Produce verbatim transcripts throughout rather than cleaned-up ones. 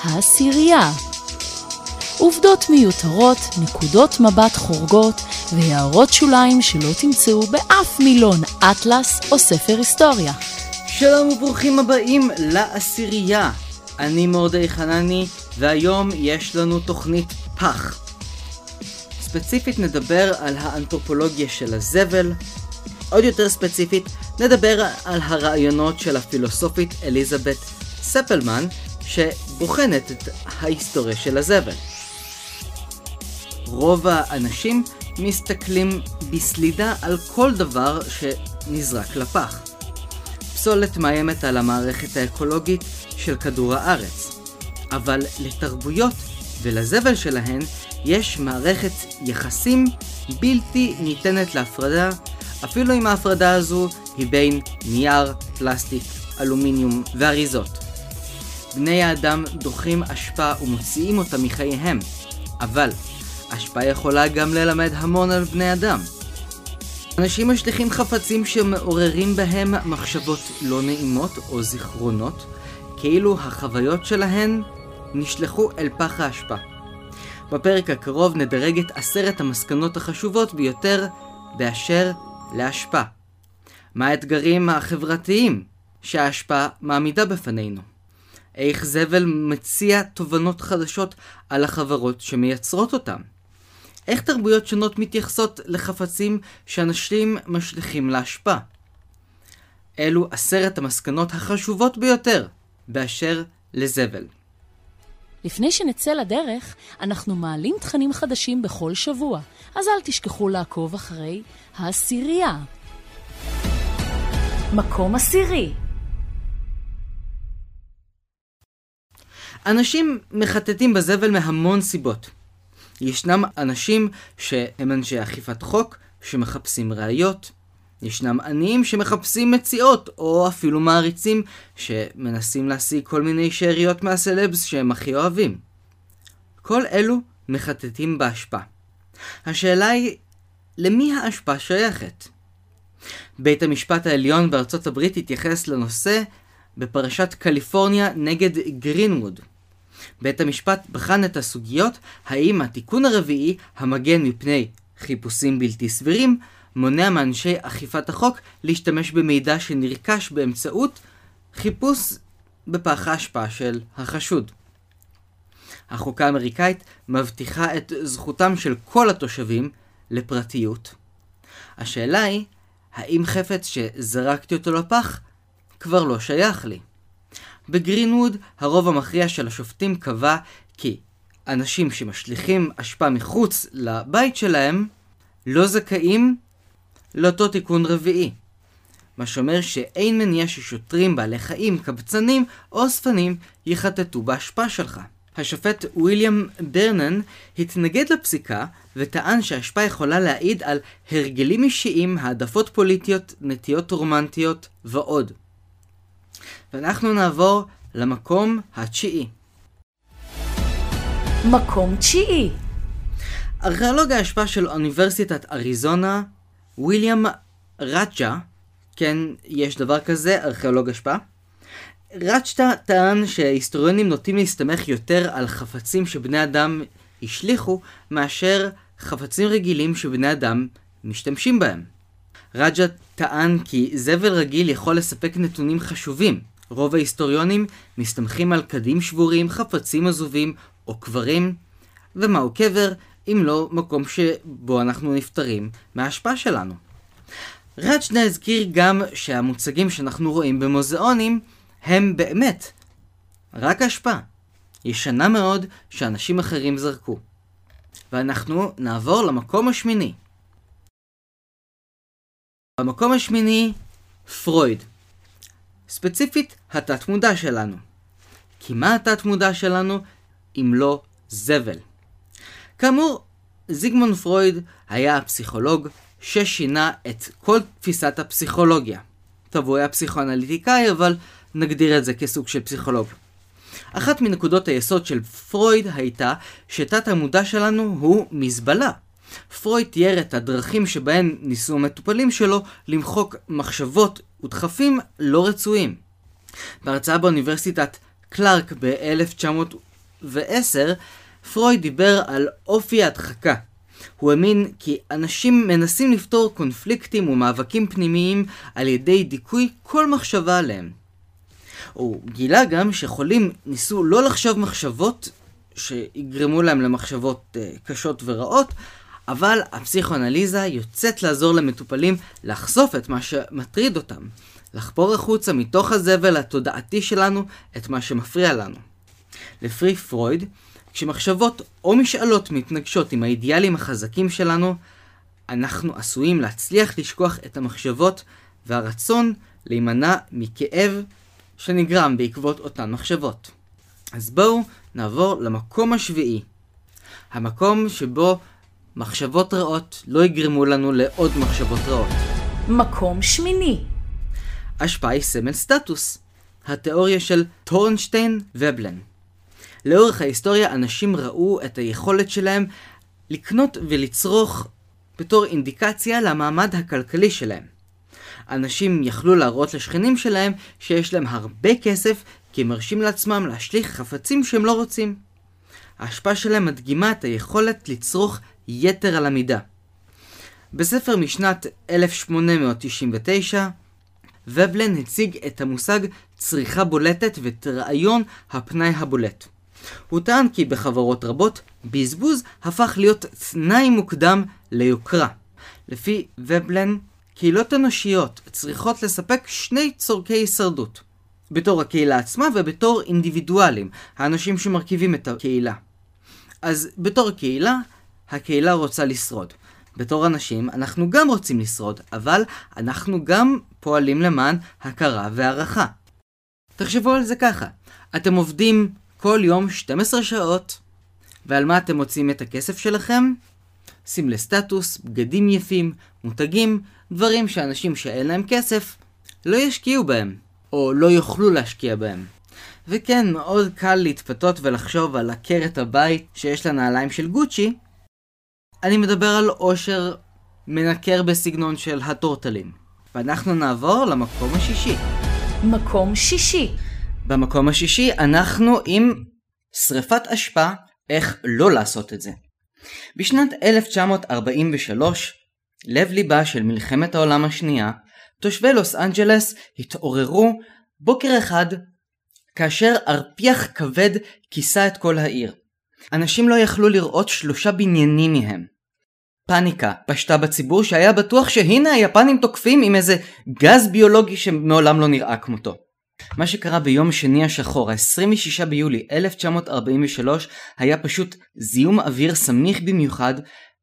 העשירייה. עובדות מיותרות, נקודות מבט חורגות והערות שוליים שלא תמצאו באף מילון אטלס או ספר היסטוריה. שלום וברוכים הבאים לעשירייה. אני מורדי חנני, והיום יש לנו תוכנית פח. ספציפית נדבר על האנתרופולוגיה של הזבל. עוד יותר ספציפית נדבר על הרעיונות של הפילוסופית אליזבת ספלמן, שבוחנת את ההיסטוריה של הזבל. רוב האנשים מסתכלים בסלידה על כל דבר שנזרק לפח. פסולת מאיימת על המערכת האקולוגית של כדור הארץ, אבל לתרבויות ולזבל שלהן יש מערכת יחסים בלתי ניתנת להפרדה, אפילו אם ההפרדה הזו היא בין נייר, פלסטיק, אלומיניום ואריזות. בני האדם דוחים אשפה ומוציאים אותה מחייהם, אבל אשפה יכולה גם ללמד המון על בני אדם. אנשים משליכים חפצים שמעוררים בהם מחשבות לא נעימות או זיכרונות, כאילו החוויות שלהן נשלחו אל פח האשפה. בפרק הקרוב נדרג את עשרת המסקנות החשובות ביותר באשר לאשפה. מה האתגרים החברתיים שהאשפה מעמידה בפנינו? איך זבל מציע תובנות חדשות על החברות שמייצרות אותם? איך תרבויות שונות מתייחסות לחפצים שאנשים משליכים לאשפה? אלו עשרת המסקנות החשובות ביותר באשר לזבל. לפני שנצא לדרך, אנחנו מעלים תכנים חדשים בכל שבוע, אז אל תשכחו לעקוב אחרי העשירייה. מקום עשירי. אנשים מחטטים בזבל מהמון סיבות. ישנם אנשים שהם אנשי אכיפת חוק שמחפשים ראיות. ישנם עניים שמחפשים מציאות או אפילו מעריצים שמנסים להשיג כל מיני שאריות מהסלבס שהם הכי אוהבים. כל אלו מחטטים באשפה. השאלה היא, למי האשפה שייכת? בית המשפט העליון בארצות הברית התייחס לנושא בפרשת קליפורניה נגד גרינווד. בית המשפט בחן את הסוגיות האם התיקון הרביעי המגן מפני חיפושים בלתי סבירים מונע מאנשי אכיפת החוק להשתמש במידע שנרכש באמצעות חיפוש בפח האשפה של החשוד. החוקה האמריקאית מבטיחה את זכותם של כל התושבים לפרטיות. השאלה היא, האם חפץ שזרקתי אותו לפח כבר לא שייך לי? בגרינווד הרוב המכריע של השופטים קבע כי אנשים שמשליכים אשפה מחוץ לבית שלהם לא זכאים לאותו תיקון רביעי. מה שאומר שאין מניע ששוטרים, בעלי חיים, קבצנים או אספנים יחטטו באשפה שלך. השופט וויליאם ברנן התנגד לפסיקה וטען שהאשפה יכולה להעיד על הרגלים אישיים, העדפות פוליטיות, נטיות רומנטיות ועוד. ואנחנו נעבור למקום התשיעי. מקום תשיעי. ארכיאולוג האשפה של אוניברסיטת אריזונה, וויליאם רצ'ה, כן, יש דבר כזה, ארכיאולוג אשפה. רצ'ה טען שההיסטוריונים נוטים להסתמך יותר על חפצים שבני אדם השליחו, מאשר חפצים רגילים שבני אדם משתמשים בהם. רצ'ה טען כי זבל רגיל יכול לספק נתונים חשובים. רוב ההיסטוריונים מסתמכים על קדים שבורים, חפצים עזובים או קברים. ומהו קבר אם לא מקום שבו אנחנו נפטרים מההשפעה שלנו? רצ'ה הזכיר גם שהמוצגים שאנחנו רואים במוזיאונים הם באמת רק השפעה ישנה מאוד שאנשים אחרים זרקו. ואנחנו נעבור למקום השמיני. במקום השמיני, פרויד. ספציפית, התת מודע שלנו. כי מה התת מודע שלנו אם לא זבל? כאמור, זיגמונד פרויד היה הפסיכולוג ששינה את כל תפיסת הפסיכולוגיה. טוב, הוא היה פסיכואנליטיקאי, אבל נגדיר את זה כסוג של פסיכולוג. אחת מנקודות היסוד של פרויד הייתה שתת המודע שלנו הוא מזבלה. פרויד תיאר את הדרכים שבהן ניסו המטופלים שלו למחוק מחשבות ודחפים לא רצויים. בהרצאה באוניברסיטת קלארק ב-אלף תשע מאות ועשר, פרויד דיבר על אופי ההדחקה. הוא האמין כי אנשים מנסים לפתור קונפליקטים ומאבקים פנימיים על ידי דיכוי כל מחשבה עליהם. הוא גילה גם שחולים ניסו לא לחשוב מחשבות שיגרמו להם למחשבות uh, קשות ורעות, אבל הפסיכואנליזה יוצאת לעזור למטופלים לחשוף את מה שמטריד אותם, לחפור החוצה מתוך הזבל התודעתי שלנו את מה שמפריע לנו. לפי פרויד, כשמחשבות או משאלות מתנגשות עם האידיאלים החזקים שלנו, אנחנו עשויים להצליח לשכוח את המחשבות והרצון להימנע מכאב שנגרם בעקבות אותן מחשבות. אז בואו נעבור למקום השביעי. המקום שבו מחשבות רעות לא יגרמו לנו לעוד מחשבות רעות. מקום שמיני. השפעה היא סמל סטטוס. התיאוריה של טורנשטיין ובלן. לאורך ההיסטוריה אנשים ראו את היכולת שלהם לקנות ולצרוך בתור אינדיקציה למעמד הכלכלי שלהם. אנשים יכלו להראות לשכנים שלהם שיש להם הרבה כסף כי הם מרשים לעצמם להשליך חפצים שהם לא רוצים. ההשפעה שלהם מדגימה את היכולת לצרוך יתר על המידה. בספר משנת אלף שמונה מאות תשעים ותשע, ובלן הציג את המושג צריכה בולטת ואת רעיון הפנאי הבולט. הוא טען כי בחברות רבות, בזבוז הפך להיות תנאי מוקדם ליוקרה. לפי ובלן, קהילות אנושיות צריכות לספק שני צורכי הישרדות. בתור הקהילה עצמה ובתור אינדיבידואלים, האנשים שמרכיבים את הקהילה. אז בתור הקהילה, הקהילה רוצה לשרוד. בתור אנשים, אנחנו גם רוצים לשרוד, אבל אנחנו גם פועלים למען הכרה והערכה. תחשבו על זה ככה, אתם עובדים כל יום שתים עשרה שעות, ועל מה אתם מוצאים את הכסף שלכם? סמלי סטטוס, בגדים יפים, מותגים, דברים שאנשים שאין להם כסף לא ישקיעו בהם, או לא יוכלו להשקיע בהם. וכן, מאוד קל להתפתות ולחשוב על עקרת הבית שיש לה נעליים של גוצ'י. אני מדבר על עושר מנקר בסגנון של הטורטלים. ואנחנו נעבור למקום השישי. מקום שישי. במקום השישי אנחנו עם שריפת אשפה, איך לא לעשות את זה. בשנת אלף תשע מאות ארבעים ושלוש, לב ליבה של מלחמת העולם השנייה, תושבי לוס אנג'לס התעוררו בוקר אחד כאשר ארפיח כבד כיסה את כל העיר. אנשים לא יכלו לראות שלושה בניינים מהם. פאניקה פשטה בציבור שהיה בטוח שהנה היפנים תוקפים עם איזה גז ביולוגי שמעולם לא נראה כמותו. מה שקרה ביום שני השחור, ה-עשרים ושישה ביולי אלף תשע מאות ארבעים ושלוש, היה פשוט זיהום אוויר סמיך במיוחד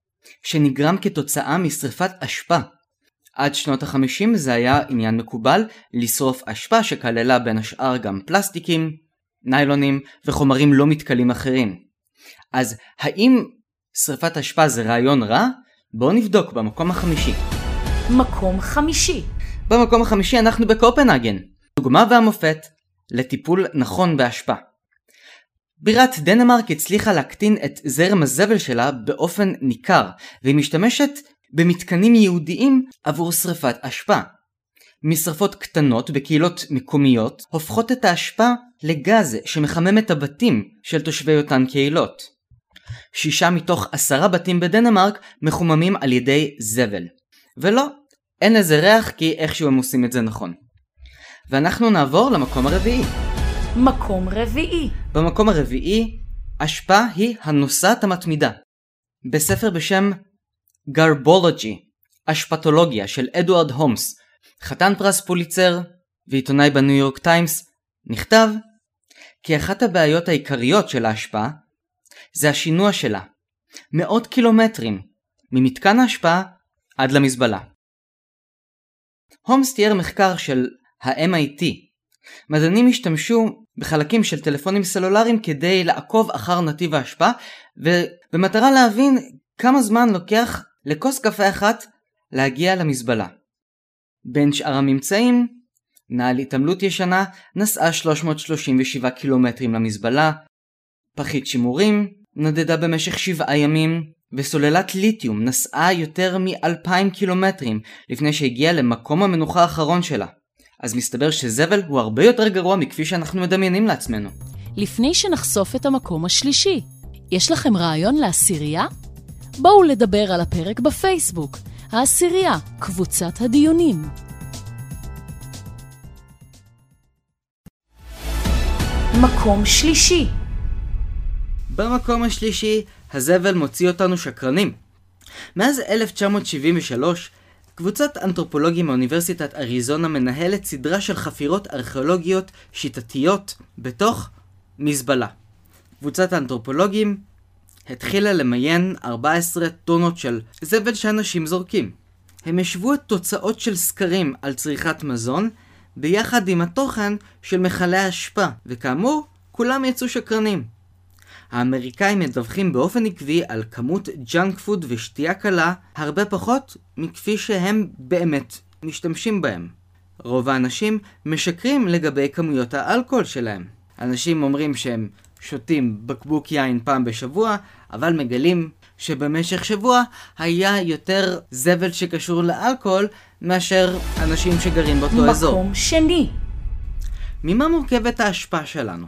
שנגרם כתוצאה משריפת אשפה. עד שנות ה-חמישים זה היה עניין מקובל לשרוף אשפה שכללה בין השאר גם פלסטיקים, ניילונים וחומרים לא מתכלים אחרים. אז האם שריפת אשפה זה רעיון רע? בואו נבדוק במקום החמישי. מקום חמישי. במקום החמישי אנחנו בקופנהגן. דוגמה והמופת לטיפול נכון באשפה. בירת דנמרק הצליחה להקטין את זרם הזבל שלה באופן ניכר, והיא משתמשת במתקנים ייעודיים עבור שריפת אשפה. משרפות קטנות בקהילות מקומיות הופכות את האשפה לגז שמחמם את הבתים של תושבי אותן קהילות. שישה מתוך עשרה בתים בדנמרק מחוממים על ידי זבל. ולא, אין לזה ריח כי איכשהו הם עושים את זה נכון. ואנחנו נעבור למקום הרביעי. מקום רביעי. במקום הרביעי, אשפה היא הנוסעת המתמידה. בספר בשם גרבולוגי, אשפטולוגיה של אדוארד הומס, חתן פרס פוליצר ועיתונאי בניו יורק טיימס, נכתב כי אחת הבעיות העיקריות של האשפה זה השינוע שלה, מאות קילומטרים ממתקן האשפה עד למזבלה. הומס תיאר מחקר של ה-אם איי טי. מדענים השתמשו בחלקים של טלפונים סלולריים כדי לעקוב אחר נתיב האשפה, ובמטרה להבין כמה זמן לוקח לכוס קפה אחת להגיע למזבלה. בין שאר הממצאים, נעל התעמלות ישנה נסעה שלוש מאות שלושים ושבעה קילומטרים למזבלה, פחית שימורים נדדה במשך שבעה ימים, וסוללת ליתיום נסעה יותר מ-אלפיים קילומטרים לפני שהגיעה למקום המנוחה האחרון שלה. אז מסתבר שזבל הוא הרבה יותר גרוע מכפי שאנחנו מדמיינים לעצמנו. לפני שנחשוף את המקום השלישי. יש לכם רעיון לעשירייה? בואו לדבר על הפרק בפייסבוק, העשירייה, קבוצת הדיונים. מקום שלישי. במקום השלישי, הזבל מוציא אותנו שקרנים. מאז אלף תשע מאות שבעים ושלוש, קבוצת אנתרופולוגים מאוניברסיטת אריזונה מנהלת סדרה של חפירות ארכיאולוגיות שיטתיות בתוך מזבלה. קבוצת האנתרופולוגים התחילה למיין ארבע עשרה טונות של זבל שאנשים זורקים. הם השוו את תוצאות של סקרים על צריכת מזון ביחד עם התוכן של מכלי האשפה, וכאמור, כולם יצאו שקרנים. האמריקאים מדווחים באופן עקבי על כמות ג'אנק פוד ושתייה קלה הרבה פחות מכפי שהם באמת משתמשים בהם. רוב האנשים משקרים לגבי כמויות האלכוהול שלהם. אנשים אומרים שהם שותים בקבוק יין פעם בשבוע, אבל מגלים שבמשך שבוע היה יותר זבל שקשור לאלכוהול מאשר אנשים שגרים באותו מקום אזור. מקום שני. ממה מורכבת ההשפעה שלנו?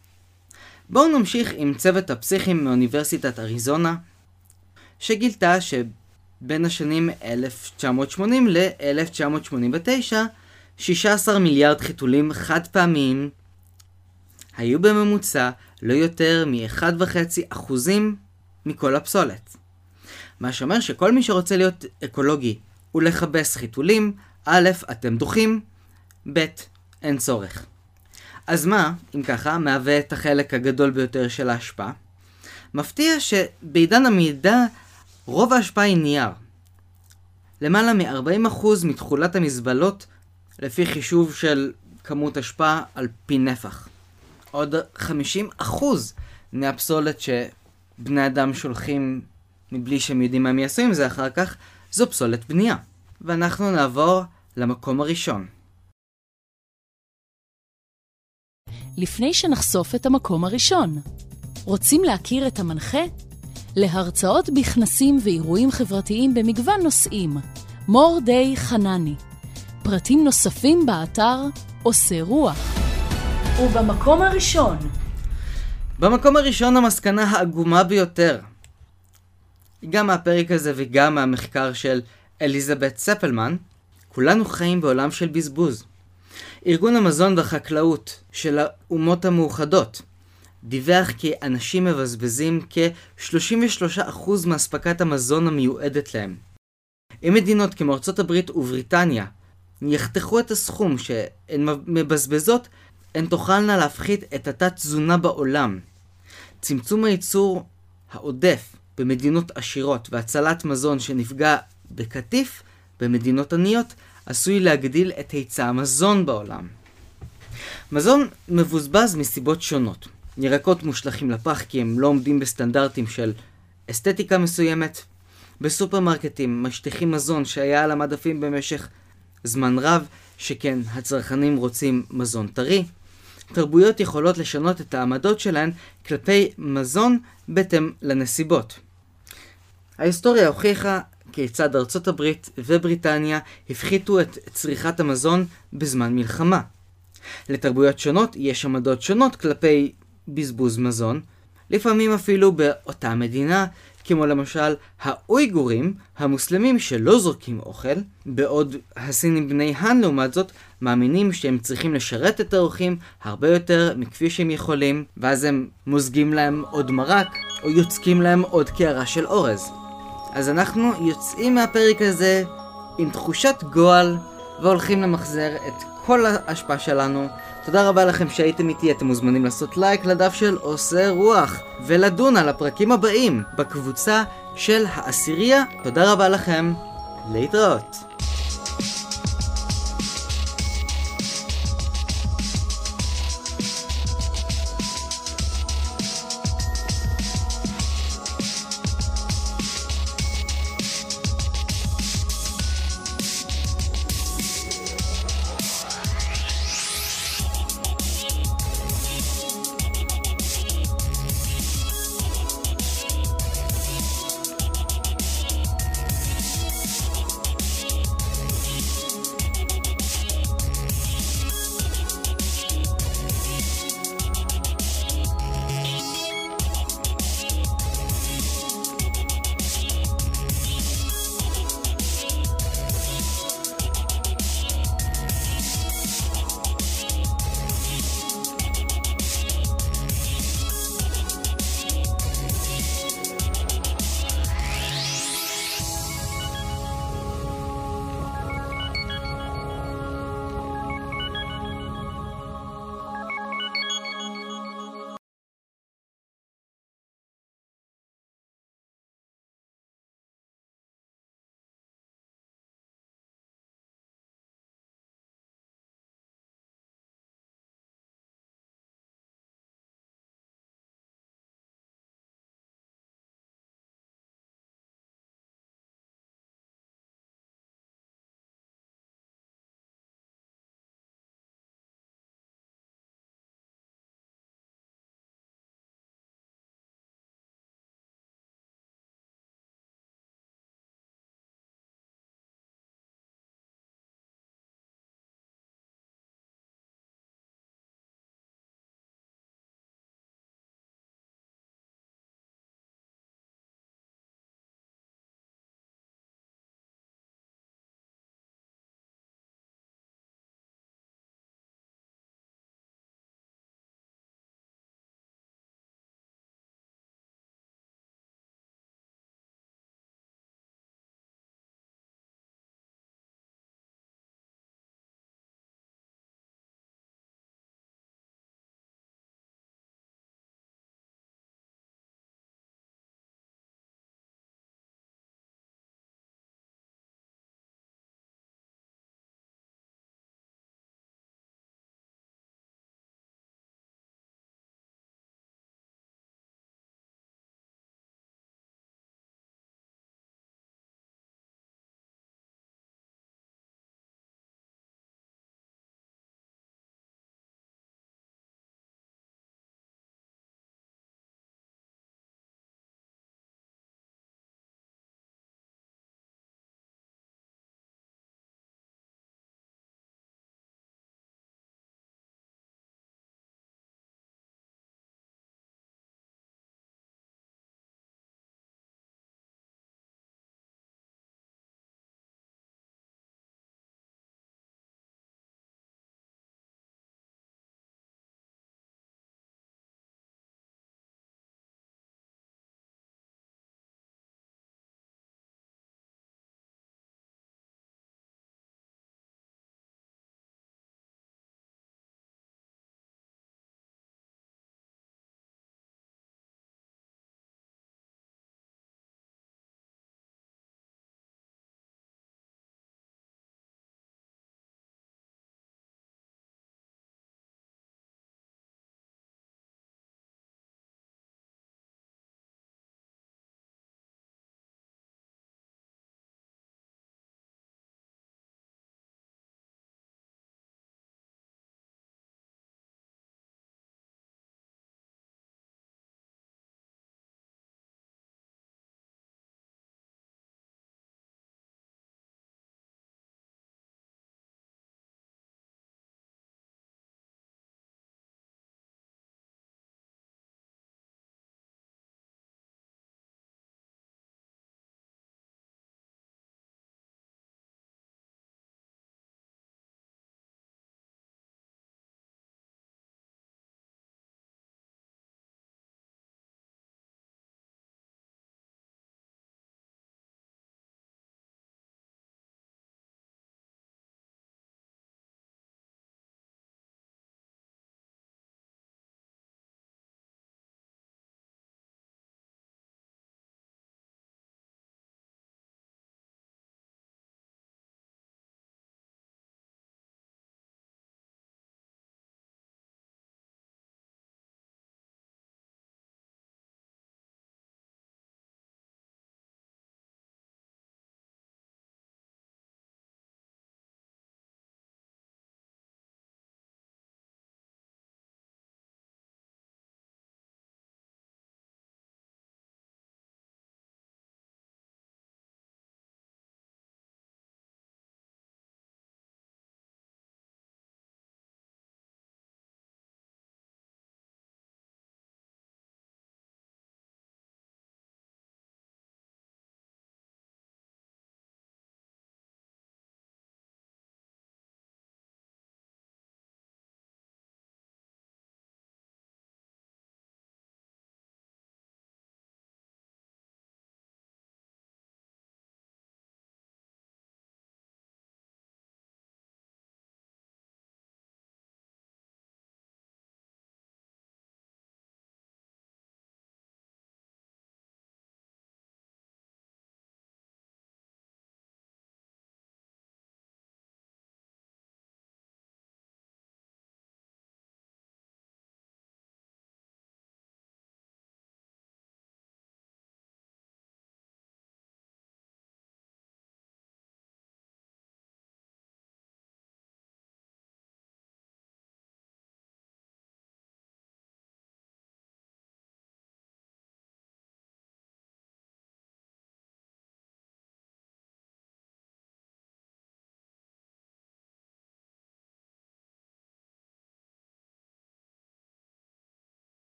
בואו נמשיך עם צוות הפסיכים מאוניברסיטת אריזונה, שגילתה שבין השנים אלף תשע מאות שמונים ל-אלף תשע מאות שמונים ותשע, שישה עשר מיליארד חיתולים חד פעמיים היו בממוצע לא יותר מ-אחד וחצי אחוזים מכל הפסולת. מה שאומר שכל מי שרוצה להיות אקולוגי ולחבס חיתולים, א', אתם דוחים, ב', אין צורך. אז מה, אם ככה, מהווה את החלק הגדול ביותר של ההשפעה? מפתיע שבעידן המידע רוב ההשפעה היא נייר. למעלה מ-ארבעים אחוז מתחולת המזבלות לפי חישוב של כמות השפעה על פי נפח. עוד חמישים אחוז מהפסולת שבני אדם שולחים מבלי שהם יודעים מה הם יעשו עם זה אחר כך, זו פסולת בנייה. ואנחנו נעבור למקום הראשון. לפני שנחשוף את המקום הראשון, רוצים להכיר את המנחה? להרצאות בכנסים ואירועים חברתיים במגוון נושאים, מור די חנני. פרטים נוספים באתר עושה רוח. ובמקום הראשון. במקום הראשון המסקנה העגומה ביותר. גם מהפרק הזה וגם מהמחקר של אליזבת ספלמן, כולנו חיים בעולם של בזבוז. ארגון המזון והחקלאות של האומות המאוחדות דיווח כי אנשים מבזבזים כ-שלושים ושלושה אחוז מהספקת המזון המיועדת להם. אם מדינות כמו ארצות הברית ובריטניה יחתכו את הסכום שהן מבזבזות, הן תוכלנה להפחית את התת תזונה בעולם. צמצום הייצור העודף במדינות עשירות והצלת מזון שנפגע בקטיף במדינות עניות עשוי להגדיל את היצע המזון בעולם. מזון מבוזבז מסיבות שונות. ירקות מושלכים לפח כי הם לא עומדים בסטנדרטים של אסתטיקה מסוימת. בסופרמרקטים משטיחים מזון שהיה על המדפים במשך זמן רב, שכן הצרכנים רוצים מזון טרי. תרבויות יכולות לשנות את העמדות שלהן כלפי מזון בהתאם לנסיבות. ההיסטוריה הוכיחה כיצד ארצות הברית ובריטניה הפחיתו את צריכת המזון בזמן מלחמה. לתרבויות שונות יש עמדות שונות כלפי בזבוז מזון, לפעמים אפילו באותה מדינה, כמו למשל האויגורים המוסלמים שלא זורקים אוכל, בעוד הסינים בני האן לעומת זאת מאמינים שהם צריכים לשרת את האורחים הרבה יותר מכפי שהם יכולים, ואז הם מוזגים להם עוד מרק או יוצקים להם עוד קערה של אורז. אז אנחנו יוצאים מהפרק הזה עם תחושת גועל והולכים למחזר את כל ההשפעה שלנו. תודה רבה לכם שהייתם איתי. אתם מוזמנים לעשות לייק לדף של עושה רוח ולדון על הפרקים הבאים בקבוצה של העשירייה. תודה רבה לכם, להתראות.